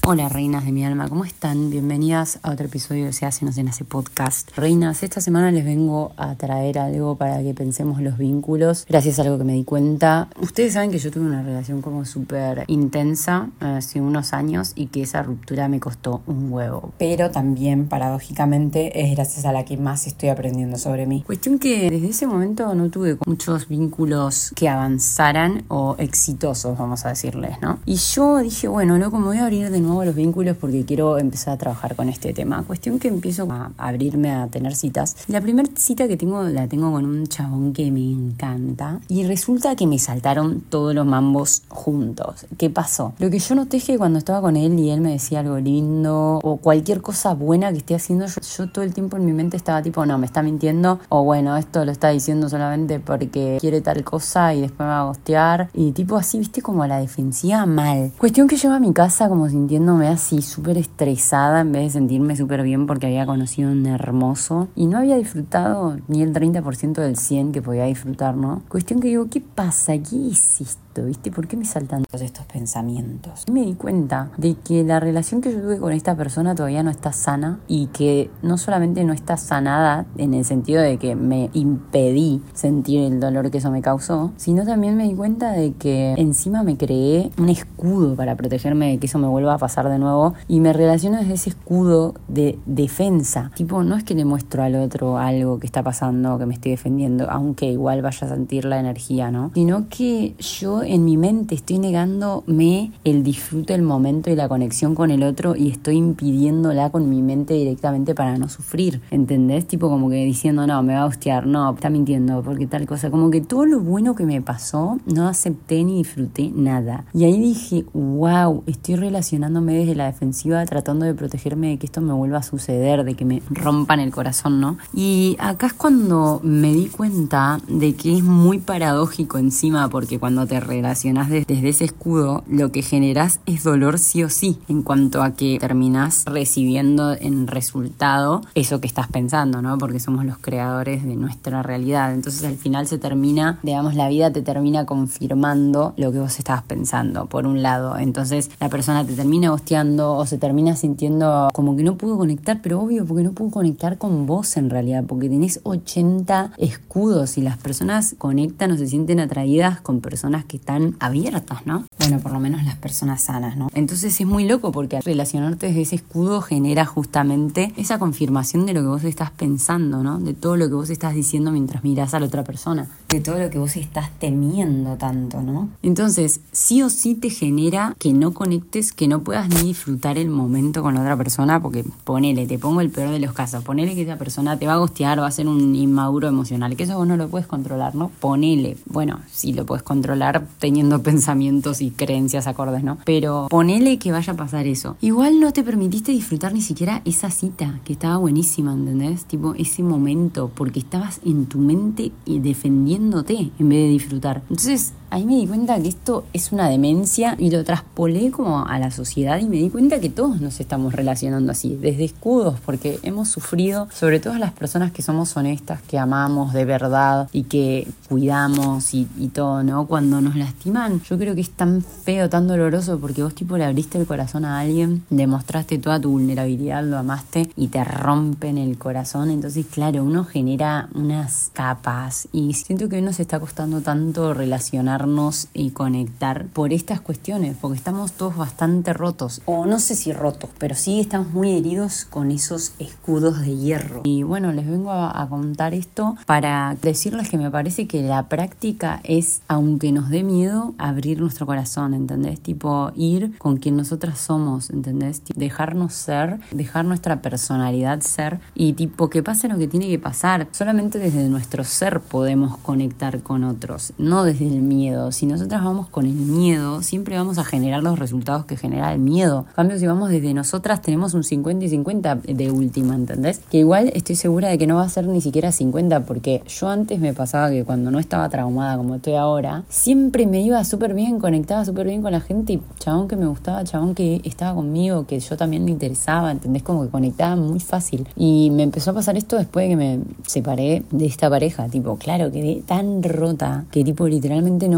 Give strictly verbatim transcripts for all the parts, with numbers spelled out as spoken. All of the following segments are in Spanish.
Hola reinas de mi alma, ¿cómo están? Bienvenidas a otro episodio de Se Hace No Se Nace Podcast. Reinas, esta semana les vengo a traer algo para que pensemos los vínculos, gracias a algo que me di cuenta. Ustedes saben que yo tuve una relación como súper intensa hace unos años y que esa ruptura me costó un huevo. Pero también, paradójicamente, es gracias a la que más estoy aprendiendo sobre mí. Cuestión que desde ese momento no tuve muchos vínculos que avanzaran o exitosos, vamos a decirles, ¿no? Y yo dije, bueno, loco, me voy a abrir de nuevo los vínculos porque quiero empezar a trabajar con este tema. Cuestión que empiezo a abrirme a tener citas. La primera cita que tengo la tengo con un chabón que me encanta y resulta que me saltaron todos los mambos juntos. ¿Qué pasó? Lo que yo noté es que cuando estaba con él y él me decía algo lindo o cualquier cosa buena que esté haciendo, yo, yo todo el tiempo en mi mente estaba tipo, no, me está mintiendo, o bueno, esto lo está diciendo solamente porque quiere tal cosa y después me va a gostear y tipo así, viste, como a la defensiva mal. Cuestión que llego a mi casa como sintiendo me así súper estresada en vez de sentirme súper bien porque había conocido un hermoso y no había disfrutado ni el treinta por ciento del cien que podía disfrutar, ¿no? Cuestión que digo, ¿qué pasa? ¿Qué hiciste? ¿Viste? ¿Por qué me saltan todos estos pensamientos? Y me di cuenta de que la relación que yo tuve con esta persona todavía no está sana y que no solamente no está sanada en el sentido de que me impedí sentir el dolor que eso me causó, sino también me di cuenta de que encima me creé un escudo para protegerme de que eso me vuelva a pasar de nuevo y me relaciono desde ese escudo de defensa. Tipo, no es que le muestro al otro algo que está pasando, que me estoy defendiendo, aunque igual vaya a sentir la energía, ¿no? Sino que yo en mi mente estoy negándome el disfrute del momento y la conexión con el otro y estoy impidiéndola con mi mente directamente para no sufrir, ¿entendés? Tipo como que diciendo, no, me va a hostiar, no, está mintiendo, porque tal cosa. Como que todo lo bueno que me pasó no acepté ni disfruté nada. Y ahí dije, wow, estoy relacionándome desde la defensiva, tratando de protegerme de que esto me vuelva a suceder, de que me rompan el corazón, ¿no? Y acá es cuando me di cuenta de que es muy paradójico encima, porque cuando te relacionás desde ese escudo, lo que generás es dolor sí o sí, en cuanto a que terminás recibiendo en resultado eso que estás pensando, ¿no? Porque somos los creadores de nuestra realidad. Entonces al final se termina, digamos, la vida te termina confirmando lo que vos estabas pensando, por un lado. Entonces la persona te termina hosteando o se termina sintiendo como que no pudo conectar, pero obvio, porque no pudo conectar con vos en realidad, porque tenés ochenta escudos y las personas conectan o se sienten atraídas con personas que están abiertas, ¿no? Bueno, por lo menos las personas sanas, ¿no? Entonces es muy loco porque al relacionarte desde ese escudo genera justamente esa confirmación de lo que vos estás pensando, ¿no? De todo lo que vos estás diciendo mientras mirás a la otra persona, de todo lo que vos estás temiendo tanto, ¿no? Entonces, sí o sí te genera que no conectes, que no puedas ni disfrutar el momento con la otra persona, porque ponele, te pongo el peor de los casos, ponele que esa persona te va a gostear, va a ser un inmaduro emocional, que eso vos no lo puedes controlar, ¿no? Ponele, bueno, sí lo puedes controlar teniendo pensamientos y creencias acordes, ¿no? Pero ponele que vaya a pasar eso. Igual no te permitiste disfrutar ni siquiera esa cita, que estaba buenísima, ¿entendés? Tipo, ese momento, porque estabas en tu mente y defendiéndote en vez de disfrutar. Entonces, ahí me di cuenta que esto es una demencia y lo traspolé como a la sociedad y me di cuenta que todos nos estamos relacionando así, desde escudos, porque hemos sufrido, sobre todo las personas que somos honestas, que amamos de verdad y que cuidamos y, y todo, ¿no? Cuando nos lastiman, yo creo que es tan feo, tan doloroso, porque vos tipo le abriste el corazón a alguien, demostraste toda tu vulnerabilidad, lo amaste y te rompen el corazón. Entonces, claro, uno genera unas capas y siento que hoy nos está costando tanto relacionarnos y conectar por estas cuestiones, porque estamos todos bastante rotos, o no sé si rotos, pero sí estamos muy heridos con esos escudos de hierro. Y bueno, les vengo a, a contar esto para decirles que me parece que la práctica es, aunque nos dé miedo, abrir nuestro corazón, ¿entendés? Tipo, ir con quien nosotras somos, ¿entendés? Dejarnos ser, dejar nuestra personalidad ser y tipo, que pase lo que tiene que pasar. Solamente desde nuestro ser podemos conectar con otros, no desde el miedo. Si nosotras vamos con el miedo, siempre vamos a generar los resultados que genera el miedo. En cambio, si vamos desde nosotras, tenemos un cincuenta y cincuenta de última, ¿entendés? Que igual estoy segura de que no va a ser ni siquiera cincuenta, porque yo antes me pasaba que cuando no estaba traumada como estoy ahora, siempre me iba súper bien, conectaba súper bien con la gente y chabón que me gustaba, chabón que estaba conmigo, que yo también me interesaba, ¿entendés? Como que conectaba muy fácil. Y me empezó a pasar esto después de que me separé de esta pareja, tipo, claro, quedé tan rota que tipo literalmente no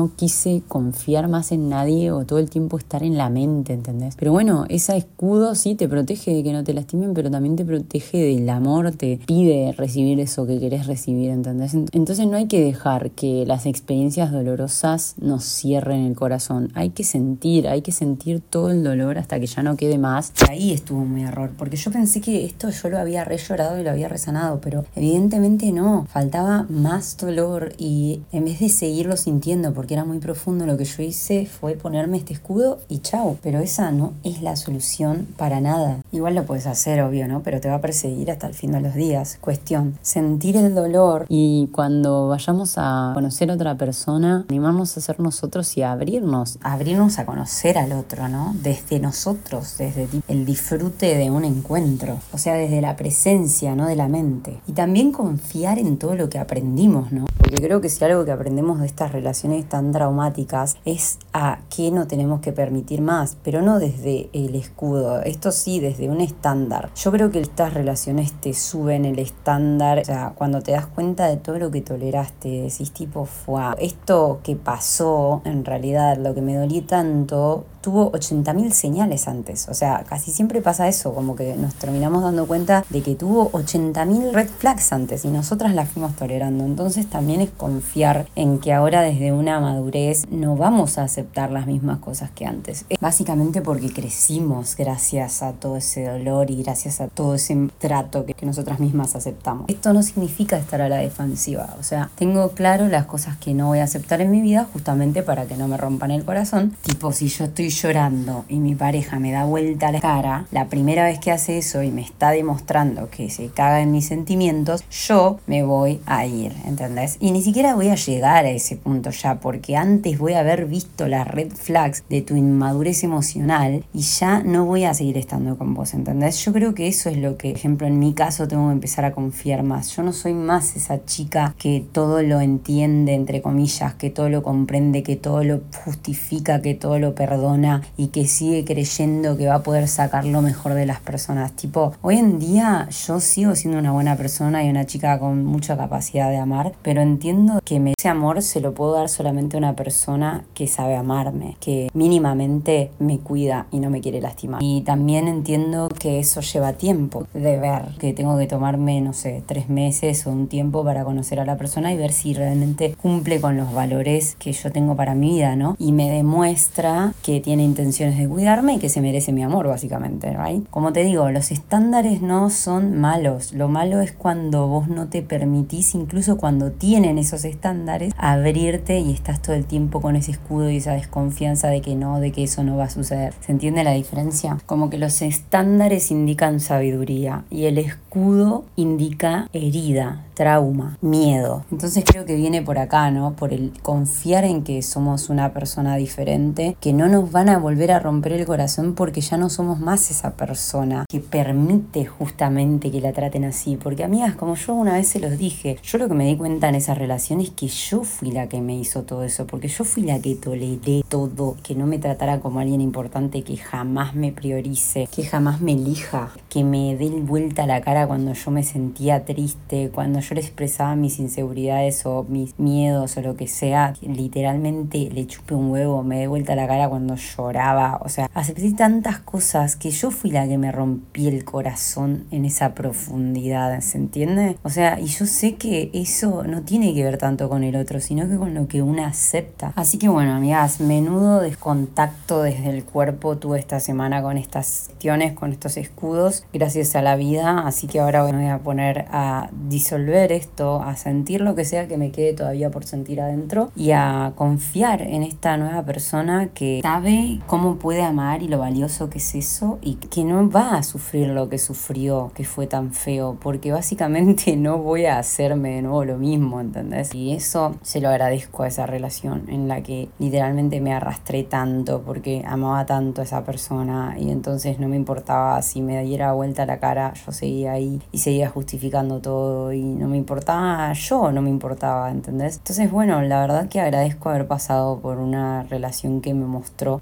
no quise confiar más en nadie o todo el tiempo estar en la mente, ¿entendés? Pero bueno, ese escudo sí te protege de que no te lastimen, pero también te protege del amor, te pide recibir eso que querés recibir, ¿entendés? Entonces no hay que dejar que las experiencias dolorosas nos cierren el corazón. Hay que sentir, hay que sentir todo el dolor hasta que ya no quede más. Ahí estuvo mi error, porque yo pensé que esto yo lo había re llorado y lo había resanado, pero evidentemente no, faltaba más dolor y en vez de seguirlo sintiendo porque era muy profundo, lo que yo hice fue ponerme este escudo y chau. Pero esa no es la solución para nada. Igual lo puedes hacer, obvio, ¿no? Pero te va a perseguir hasta el fin de los días. Cuestión, sentir el dolor y cuando vayamos a conocer a otra persona, animarnos a ser nosotros y a abrirnos, abrirnos a conocer al otro, ¿no? Desde nosotros, desde el disfrute de un encuentro, o sea, desde la presencia, no de la mente. Y también confiar en todo lo que aprendimos, ¿no? Porque creo que si algo que aprendemos de estas relaciones tan traumáticas es a qué no tenemos que permitir más, pero no desde el escudo, esto sí, desde un estándar. Yo creo que estas relaciones te suben el estándar, o sea, cuando te das cuenta de todo lo que toleraste, decís tipo, fue esto que pasó, en realidad, lo que me dolió tanto, tuvo ochenta mil señales antes, o sea, casi siempre pasa eso, como que nos terminamos dando cuenta de que tuvo ochenta mil red flags antes y nosotras las fuimos tolerando. Entonces también es confiar en que ahora desde una madurez no vamos a aceptar las mismas cosas que antes, básicamente porque crecimos gracias a todo ese dolor y gracias a todo ese trato que, que nosotras mismas aceptamos. Esto no significa estar a la defensiva, o sea, tengo claro las cosas que no voy a aceptar en mi vida justamente para que no me rompan el corazón, tipo si yo estoy llorando y mi pareja me da vuelta la cara, la primera vez que hace eso y me está demostrando que se caga en mis sentimientos, yo me voy a ir, ¿entendés? Y ni siquiera voy a llegar a ese punto ya, porque antes voy a haber visto las red flags de tu inmadurez emocional y ya no voy a seguir estando con vos, ¿entendés? Yo creo que eso es lo que, por ejemplo, en mi caso tengo que empezar a confiar más. Yo no soy más esa chica que todo lo entiende, entre comillas, que todo lo comprende, que todo lo justifica, que todo lo perdona y que sigue creyendo que va a poder sacar lo mejor de las personas. Tipo, hoy en día yo sigo siendo una buena persona y una chica con mucha capacidad de amar, pero entiendo que me, ese amor se lo puedo dar solamente a una persona que sabe amarme, que mínimamente me cuida y no me quiere lastimar. Y también entiendo que eso lleva tiempo de ver, que tengo que tomarme, no sé, tres meses o un tiempo para conocer a la persona y ver si realmente cumple con los valores que yo tengo para mi vida, ¿no? Y me demuestra que tiene intenciones de cuidarme y que se merece mi amor, básicamente, ¿right? Como te digo, los estándares no son malos. Lo malo es cuando vos no te permitís, incluso cuando tienen esos estándares, abrirte y estás todo el tiempo con ese escudo y esa desconfianza de que no, de que eso no va a suceder. ¿Se entiende la diferencia? Como que los estándares indican sabiduría y el escudo indica herida, trauma, miedo. Entonces creo que viene por acá, ¿no? Por el confiar en que somos una persona diferente, que no nos van a volver a romper el corazón porque ya no somos más esa persona que permite justamente que la traten así. Porque amigas, como yo una vez se los dije, yo lo que me di cuenta en esa relación es que yo fui la que me hizo todo eso, porque yo fui la que toleré todo, que no me tratara como alguien importante, que jamás me priorice, que jamás me elija, que me dé vuelta la cara cuando yo me sentía triste, cuando yo le expresaba mis inseguridades o mis miedos o lo que sea, literalmente le chupé un huevo, me dé vuelta la cara cuando lloraba, o sea, acepté tantas cosas que yo fui la que me rompí el corazón en esa profundidad, ¿se entiende? O sea, y yo sé que eso no tiene que ver tanto con el otro, sino que con lo que una acepta. Así que bueno, amigas, menudo descontacto desde el cuerpo tuve esta semana con estas cuestiones, con estos escudos, gracias a la vida, así que ahora me voy a poner a disolver esto, a sentir lo que sea que me quede todavía por sentir adentro y a confiar en esta nueva persona que sabe cómo puede amar y lo valioso que es eso y que no va a sufrir lo que sufrió, que fue tan feo, porque básicamente no voy a hacerme de nuevo lo mismo, ¿entendés? Y eso se lo agradezco a esa relación en la que literalmente me arrastré tanto porque amaba tanto a esa persona y entonces no me importaba si me diera vuelta la cara, yo seguía ahí y seguía justificando todo y no me importaba yo, no me importaba, ¿entendés? Entonces bueno, la verdad que agradezco haber pasado por una relación que me mostró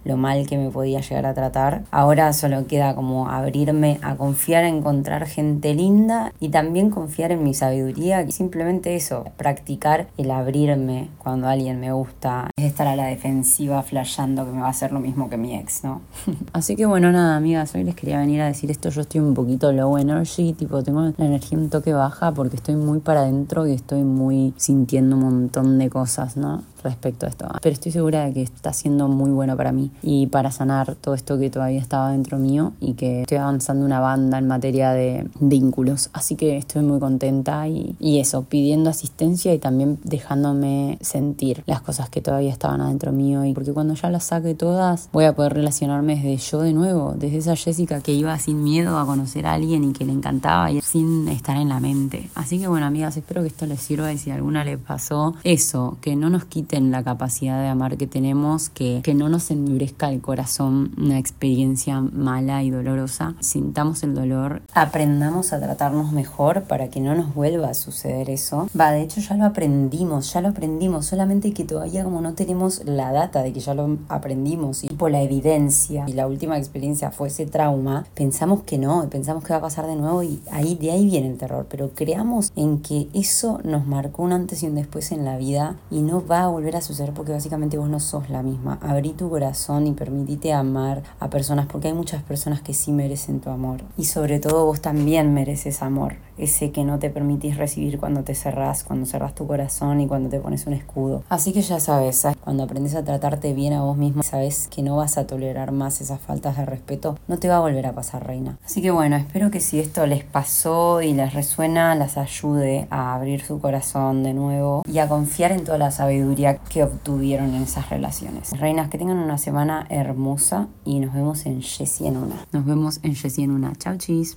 lo mal que me podía llegar a tratar. Ahora solo queda como abrirme a confiar, a encontrar gente linda y también confiar en mi sabiduría, y simplemente eso, practicar el abrirme cuando alguien me gusta, es estar a la defensiva flasheando que me va a hacer lo mismo que mi ex, ¿no? Así que bueno, nada, amigas, hoy les quería venir a decir esto. Yo estoy un poquito low energy, tipo tengo la energía un toque baja porque estoy muy para adentro y estoy muy sintiendo un montón de cosas, ¿no? Respecto a esto, pero estoy segura de que está siendo muy bueno para mí y para sanar todo esto que todavía estaba dentro mío, y que estoy avanzando una banda en materia de vínculos, así que estoy muy contenta y, y eso, pidiendo asistencia y también dejándome sentir las cosas que todavía estaban adentro mío, y porque cuando ya las saque todas voy a poder relacionarme desde yo de nuevo, desde esa Jessica que iba sin miedo a conocer a alguien y que le encantaba y sin estar en la mente. Así que bueno, amigas, espero que esto les sirva, y si a alguna le pasó eso, que no nos quite en la capacidad de amar que tenemos, que, que no nos endurezca el corazón una experiencia mala y dolorosa, sintamos el dolor, aprendamos a tratarnos mejor para que no nos vuelva a suceder eso. Va, de hecho ya lo aprendimos, ya lo aprendimos, solamente que todavía como no tenemos la data de que ya lo aprendimos y por la evidencia, y la última experiencia fue ese trauma, pensamos que no, pensamos que va a pasar de nuevo, y ahí de ahí viene el terror, pero creamos en que eso nos marcó un antes y un después en la vida y no va a volver a suceder, porque básicamente vos no sos la misma. Abrí tu corazón y permitite amar a personas, porque hay muchas personas que sí merecen tu amor, y sobre todo vos también mereces amor, ese que no te permitís recibir cuando te cerrás, cuando cerrás tu corazón y cuando te pones un escudo. Así que ya sabes, ¿sabes? Cuando aprendes a tratarte bien a vos mismo, sabes que no vas a tolerar más esas faltas de respeto, no te va a volver a pasar, reina. Así que bueno, espero que si esto les pasó y les resuena, las ayude a abrir su corazón de nuevo y a confiar en toda la sabiduría que obtuvieron en esas relaciones. Reinas, que tengan una semana hermosa y nos vemos en Jessie en una. Nos vemos en Jessie en una. Chau, chis.